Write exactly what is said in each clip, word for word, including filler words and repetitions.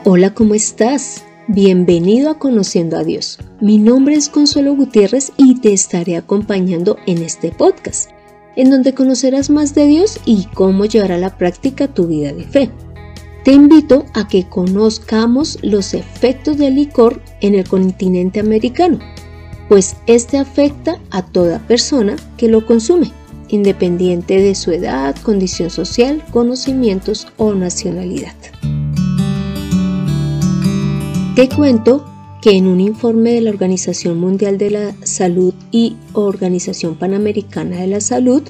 Hola, ¿cómo estás? Bienvenido a Conociendo a Dios. Mi nombre es Consuelo Gutiérrez y te estaré acompañando en este podcast, en donde conocerás más de Dios y cómo llevar a la práctica tu vida de fe. Te invito a que conozcamos los efectos del licor en el continente americano, pues este afecta a toda persona que lo consume, independiente de su edad, condición social, conocimientos o nacionalidad. Te cuento que en un informe de la Organización Mundial de la Salud y Organización Panamericana de la Salud,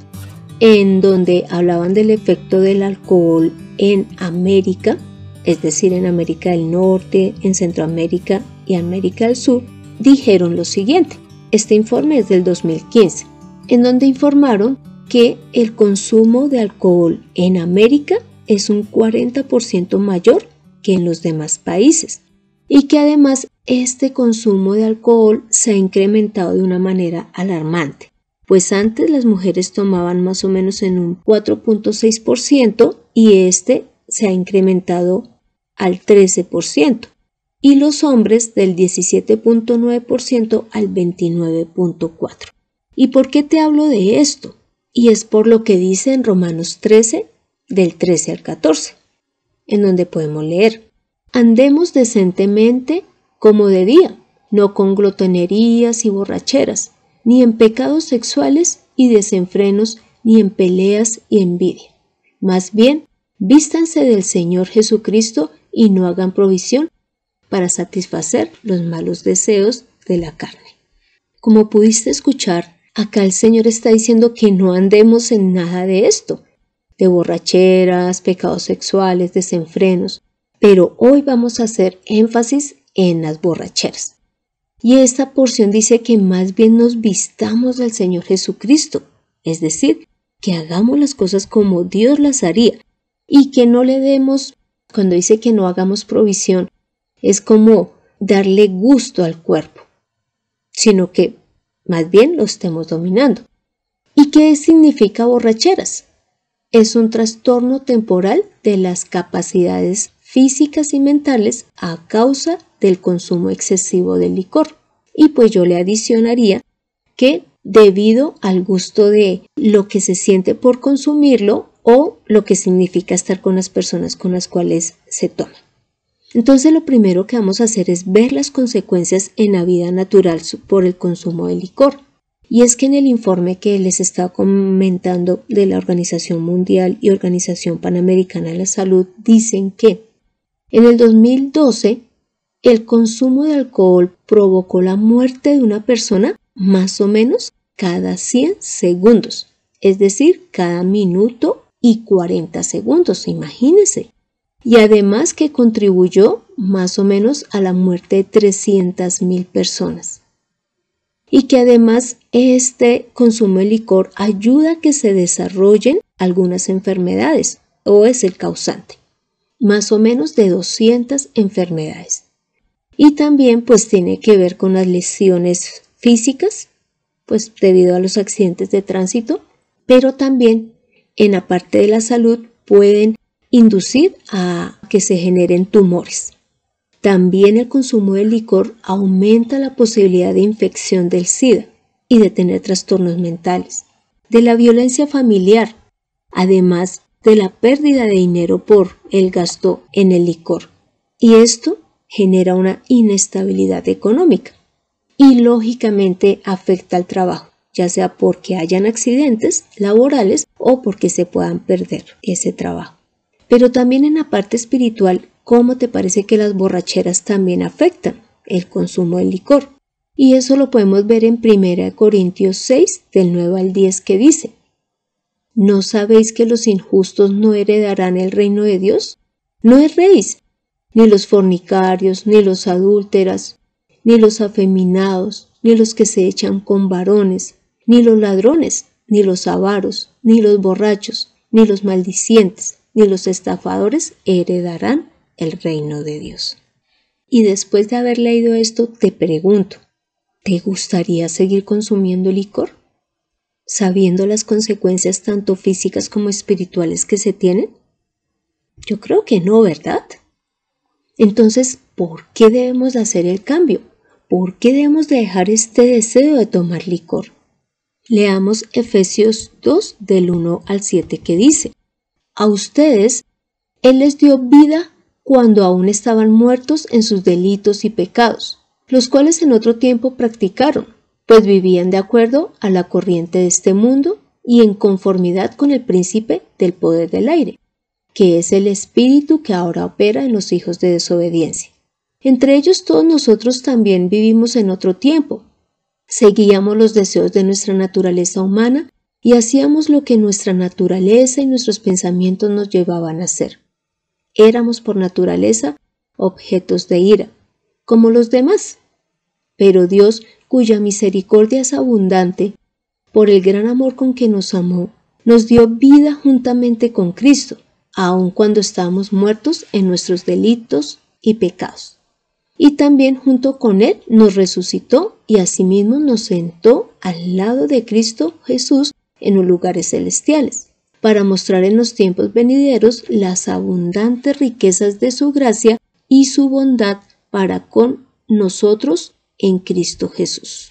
en donde hablaban del efecto del alcohol en América, es decir, en América del Norte, en Centroamérica y América del Sur, dijeron lo siguiente. Este informe es del dos mil quince, en donde informaron que el consumo de alcohol en América es un cuarenta por ciento mayor que en los demás países y que además este consumo de alcohol se ha incrementado de una manera alarmante. Pues antes las mujeres tomaban más o menos en un cuatro punto seis por ciento y este se ha incrementado al trece por ciento y los hombres del diecisiete punto nueve por ciento al veintinueve punto cuatro por ciento. ¿Y por qué te hablo de esto? Y es por lo que dice en Romanos trece, del trece al catorce, en donde podemos leer: andemos decentemente como de día, no con glotonerías y borracheras, ni en pecados sexuales y desenfrenos, ni en peleas y envidia. Más bien, vístanse del Señor Jesucristo y no hagan provisión para satisfacer los malos deseos de la carne. Como pudiste escuchar, acá el Señor está diciendo que no andemos en nada de esto, de borracheras, pecados sexuales, desenfrenos, pero hoy vamos a hacer énfasis en las borracheras. Y esta porción dice que más bien nos vistamos del Señor Jesucristo, es decir, que hagamos las cosas como Dios las haría y que no le demos, cuando dice que no hagamos provisión, es como darle gusto al cuerpo, sino que más bien lo estemos dominando. ¿Y qué significa borracheras? Es un trastorno temporal de las capacidades físicas y mentales a causa del consumo excesivo del licor. Y pues yo le adicionaría que debido al gusto de lo que se siente por consumirlo o lo que significa estar con las personas con las cuales se toma. Entonces lo primero que vamos a hacer es ver las consecuencias en la vida natural por el consumo de licor. Y es que en el informe que les estaba comentando de la Organización Mundial y Organización Panamericana de la Salud dicen que en el dos mil doce el consumo de alcohol provocó la muerte de una persona más o menos cada cien segundos, es decir, cada minuto y cuarenta segundos, imagínense. Y además que contribuyó más o menos a la muerte de trescientas mil personas. Y que además este consumo de licor ayuda a que se desarrollen algunas enfermedades o es el causante, más o menos de doscientas enfermedades. Y también pues tiene que ver con las lesiones físicas, pues debido a los accidentes de tránsito, pero también en la parte de la salud pueden inducir a que se generen tumores. También el consumo de licor aumenta la posibilidad de infección del SIDA y de tener trastornos mentales, de la violencia familiar, además de la pérdida de dinero por el gasto en el licor. Y esto genera una inestabilidad económica y lógicamente afecta al trabajo, ya sea porque hayan accidentes laborales o porque se puedan perder ese trabajo. Pero también en la parte espiritual, ¿cómo te parece que las borracheras también afectan el consumo del licor? Y eso lo podemos ver en primera Corintios seis, del nueve al diez, que dice: ¿no sabéis que los injustos no heredarán el reino de Dios? No erréis, ni los fornicarios, ni los adúlteras, ni los afeminados, ni los que se echan con varones, ni los ladrones, ni los avaros, ni los borrachos, ni los maldicientes, ni los estafadores heredarán el reino de Dios. Y después de haber leído esto, te pregunto, ¿te gustaría seguir consumiendo licor? ¿Sabiendo las consecuencias tanto físicas como espirituales que se tienen? Yo creo que no, ¿verdad? Entonces, ¿por qué debemos de hacer el cambio? ¿Por qué debemos de dejar este deseo de tomar licor? Leamos Efesios dos del uno al siete que dice: a ustedes Él les dio vida cuando aún estaban muertos en sus delitos y pecados, los cuales en otro tiempo practicaron, pues vivían de acuerdo a la corriente de este mundo y en conformidad con el príncipe del poder del aire, que es el espíritu que ahora opera en los hijos de desobediencia. Entre ellos todos nosotros también vivimos en otro tiempo. Seguíamos los deseos de nuestra naturaleza humana y hacíamos lo que nuestra naturaleza y nuestros pensamientos nos llevaban a hacer. Éramos por naturaleza objetos de ira, como los demás. Pero Dios, cuya misericordia es abundante, por el gran amor con que nos amó, nos dio vida juntamente con Cristo, aun cuando estábamos muertos en nuestros delitos y pecados. Y también junto con Él nos resucitó y asimismo nos sentó al lado de Cristo Jesús en los lugares celestiales, para mostrar en los tiempos venideros las abundantes riquezas de su gracia y su bondad para con nosotros en Cristo Jesús.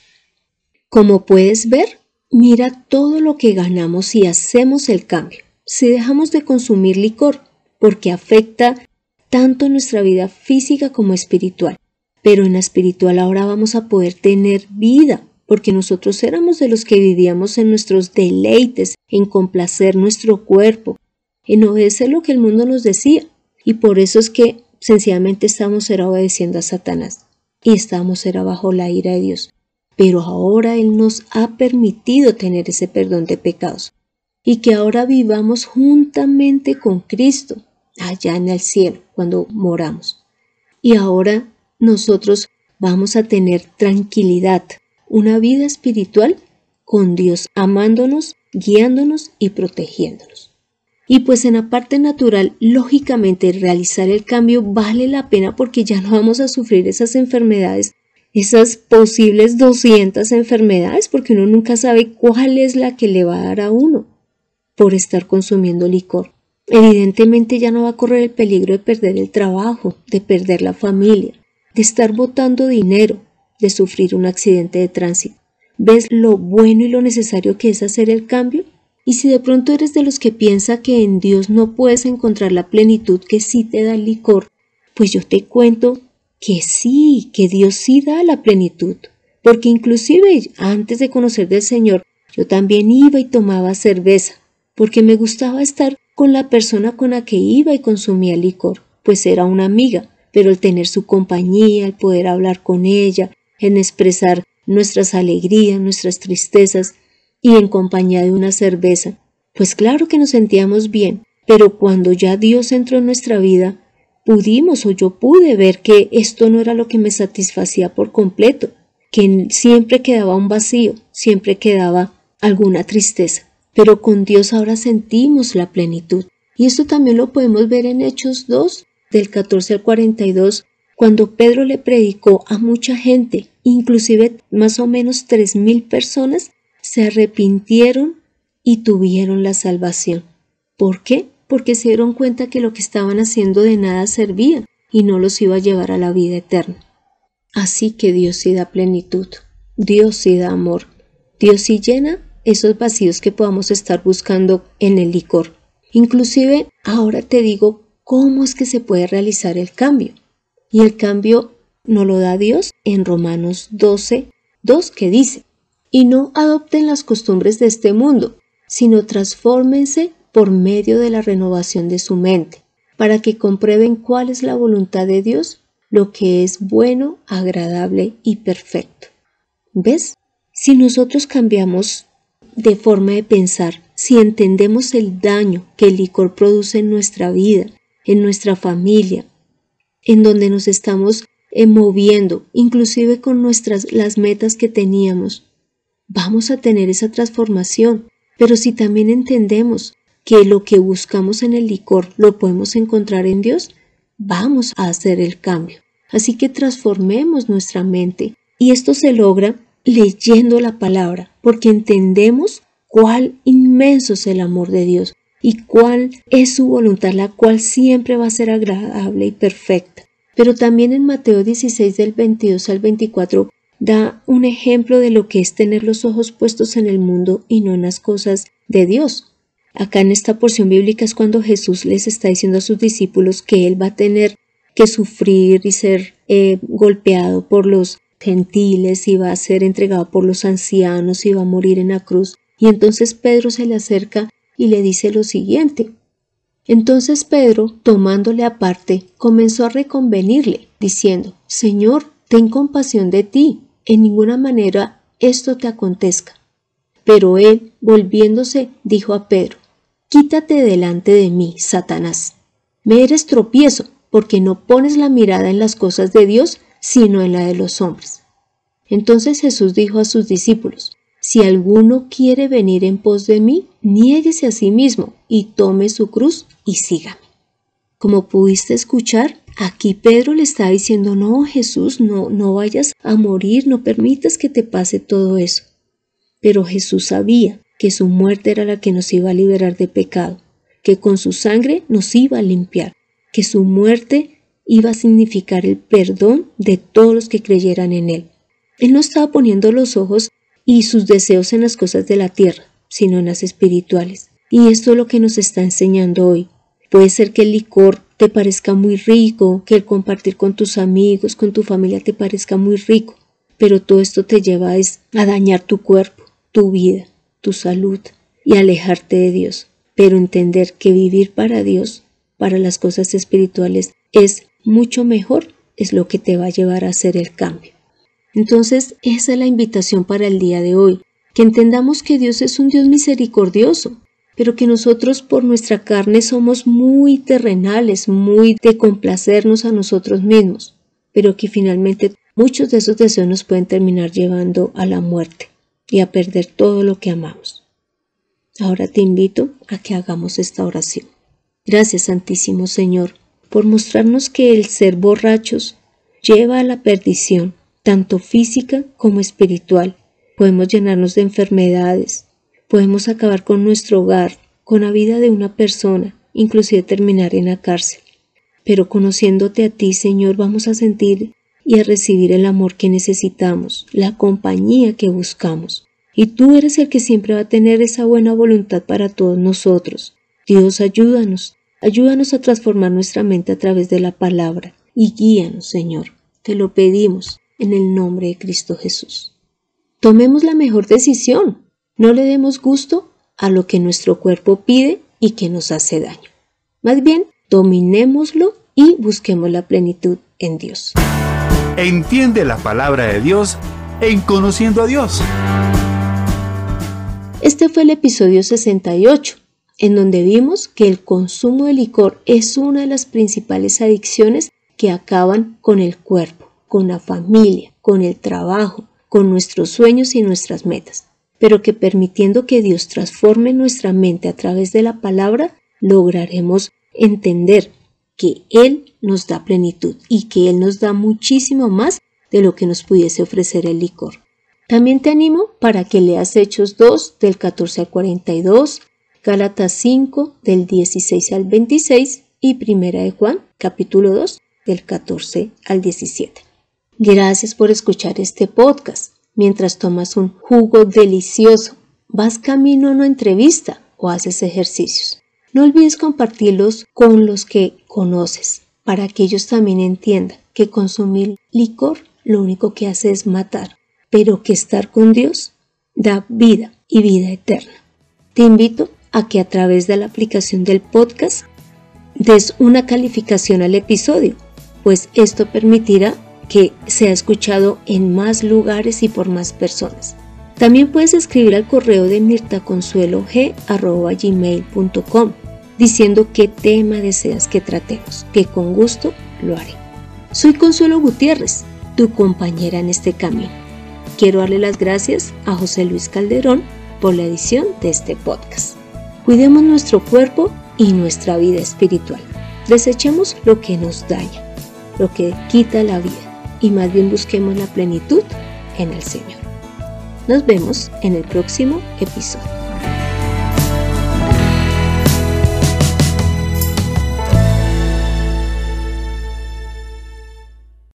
Como puedes ver, mira todo lo que ganamos si hacemos el cambio, si dejamos de consumir licor, porque afecta tanto nuestra vida física como espiritual. Pero en la espiritual ahora vamos a poder tener vida, porque nosotros éramos de los que vivíamos en nuestros deleites, en complacer nuestro cuerpo, en obedecer lo que el mundo nos decía. Y por eso es que sencillamente estamos era obedeciendo a Satanás y estamos era bajo la ira de Dios. Pero ahora Él nos ha permitido tener ese perdón de pecados y que ahora vivamos juntamente con Cristo allá en el cielo cuando moramos. Y ahora nosotros vamos a tener tranquilidad, una vida espiritual con Dios, amándonos, guiándonos y protegiéndonos. Y pues en la parte natural, lógicamente realizar el cambio vale la pena porque ya no vamos a sufrir esas enfermedades, esas posibles doscientas enfermedades, porque uno nunca sabe cuál es la que le va a dar a uno por estar consumiendo licor. Evidentemente ya no va a correr el peligro de perder el trabajo, de perder la familia, de estar botando dinero, de sufrir un accidente de tránsito. ¿Ves lo bueno y lo necesario que es hacer el cambio? Y si de pronto eres de los que piensa que en Dios no puedes encontrar la plenitud que sí te da el licor, pues yo te cuento que sí, que Dios sí da la plenitud. Porque inclusive antes de conocer del Señor, yo también iba y tomaba cerveza, porque me gustaba estar con la persona con la que iba y consumía licor, pues era una amiga. Pero el tener su compañía, el poder hablar con ella, en expresar nuestras alegrías, nuestras tristezas y en compañía de una cerveza, pues claro que nos sentíamos bien, pero cuando ya Dios entró en nuestra vida, pudimos o yo pude ver que esto no era lo que me satisfacía por completo, que siempre quedaba un vacío, siempre quedaba alguna tristeza, pero con Dios ahora sentimos la plenitud. Y esto también lo podemos ver en Hechos dos, del catorce al cuarenta y dos, cuando Pedro le predicó a mucha gente, inclusive más o menos tres mil personas, se arrepintieron y tuvieron la salvación. ¿Por qué? Porque se dieron cuenta que lo que estaban haciendo de nada servía y no los iba a llevar a la vida eterna. Así que Dios sí da plenitud, Dios sí da amor, Dios sí llena esos vacíos que podamos estar buscando en el licor. Inclusive ahora te digo cómo es que se puede realizar el cambio. Y el cambio nos lo da Dios en Romanos doce, dos, que dice: y no adopten las costumbres de este mundo, sino transfórmense por medio de la renovación de su mente, para que comprueben cuál es la voluntad de Dios, lo que es bueno, agradable y perfecto. ¿Ves? Si nosotros cambiamos de forma de pensar, si entendemos el daño que el licor produce en nuestra vida, en nuestra familia, en donde nos estamos eh, moviendo, inclusive con nuestras las metas que teníamos, vamos a tener esa transformación. Pero si también entendemos que lo que buscamos en el licor lo podemos encontrar en Dios, vamos a hacer el cambio. Así que transformemos nuestra mente, y esto se logra leyendo la palabra, porque entendemos cuál inmenso es el amor de Dios y cuál es su voluntad, la cual siempre va a ser agradable y perfecta. Pero también en Mateo dieciséis del veintidós al veinticuatro da un ejemplo de lo que es tener los ojos puestos en el mundo y no en las cosas de Dios. Acá en esta porción bíblica es cuando Jesús les está diciendo a sus discípulos que Él va a tener que sufrir y ser eh, golpeado por los gentiles y va a ser entregado por los ancianos y va a morir en la cruz. Y entonces Pedro se le acerca y le dice lo siguiente. Entonces Pedro, tomándole aparte, comenzó a reconvenirle, diciendo, Señor, ten compasión de ti, en ninguna manera esto te acontezca. Pero él, volviéndose, dijo a Pedro, Quítate delante de mí, Satanás. Me eres tropiezo, porque no pones la mirada en las cosas de Dios, sino en la de los hombres. Entonces Jesús dijo a sus discípulos, Si alguno quiere venir en pos de mí, niéguese a sí mismo y tome su cruz y sígame. Como pudiste escuchar, aquí Pedro le está diciendo, no, Jesús, no, no vayas a morir, no permitas que te pase todo eso. Pero Jesús sabía que su muerte era la que nos iba a liberar de pecado, que con su sangre nos iba a limpiar, que su muerte iba a significar el perdón de todos los que creyeran en Él. Él no estaba poniendo los ojos y sus deseos en las cosas de la tierra, sino en las espirituales. Y esto es lo que nos está enseñando hoy. Puede ser que el licor te parezca muy rico, que el compartir con tus amigos, con tu familia te parezca muy rico, pero todo esto te lleva a dañar tu cuerpo, tu vida, tu salud y alejarte de Dios. Pero entender que vivir para Dios, para las cosas espirituales, es mucho mejor, es lo que te va a llevar a hacer el cambio. Entonces, esa es la invitación para el día de hoy, que entendamos que Dios es un Dios misericordioso, pero que nosotros por nuestra carne somos muy terrenales, muy de complacernos a nosotros mismos, pero que finalmente muchos de esos deseos nos pueden terminar llevando a la muerte y a perder todo lo que amamos. Ahora te invito a que hagamos esta oración. Gracias, Santísimo Señor, por mostrarnos que el ser borrachos lleva a la perdición, tanto física como espiritual. Podemos llenarnos de enfermedades, podemos acabar con nuestro hogar, con la vida de una persona, inclusive terminar en la cárcel. Pero conociéndote a ti, Señor, vamos a sentir y a recibir el amor que necesitamos, la compañía que buscamos. Y tú eres el que siempre va a tener esa buena voluntad para todos nosotros. Dios, ayúdanos, ayúdanos a transformar nuestra mente a través de la palabra y guíanos, Señor. Te lo pedimos en el nombre de Cristo Jesús. Tomemos la mejor decisión. No le demos gusto a lo que nuestro cuerpo pide y que nos hace daño. Más bien, dominémoslo y busquemos la plenitud en Dios. Entiende la palabra de Dios en Conociendo a Dios. Este fue el episodio sesenta y ocho, en donde vimos que el consumo de licor es una de las principales adicciones que acaban con el cuerpo, con la familia, con el trabajo, con nuestros sueños y nuestras metas, pero que permitiendo que Dios transforme nuestra mente a través de la palabra, lograremos entender que Él nos da plenitud y que Él nos da muchísimo más de lo que nos pudiese ofrecer el licor. También te animo para que leas Hechos dos del catorce al cuarenta y dos, Gálatas cinco del dieciséis al veintiséis y Primera de Juan capítulo dos del catorce al diecisiete. Gracias por escuchar este podcast. Mientras tomas un jugo delicioso, vas camino a una entrevista o haces ejercicios. No olvides compartirlos con los que conoces, para que ellos también entiendan que consumir licor lo único que hace es matar, pero que estar con Dios da vida y vida eterna. Te invito a que a través de la aplicación del podcast des una calificación al episodio, pues esto permitirá que sea escuchado en más lugares y por más personas. También puedes escribir al correo de mirtaconsuelog arroba gmail punto com diciendo qué tema deseas que tratemos, que con gusto lo haré. Soy Consuelo Gutiérrez, tu compañera en este camino. Quiero darle las gracias a José Luis Calderón por la edición de este podcast. Cuidemos nuestro cuerpo y nuestra vida espiritual. Desechemos lo que nos daña, lo que quita la vida, y más bien busquemos la plenitud en el Señor. Nos vemos en el próximo episodio.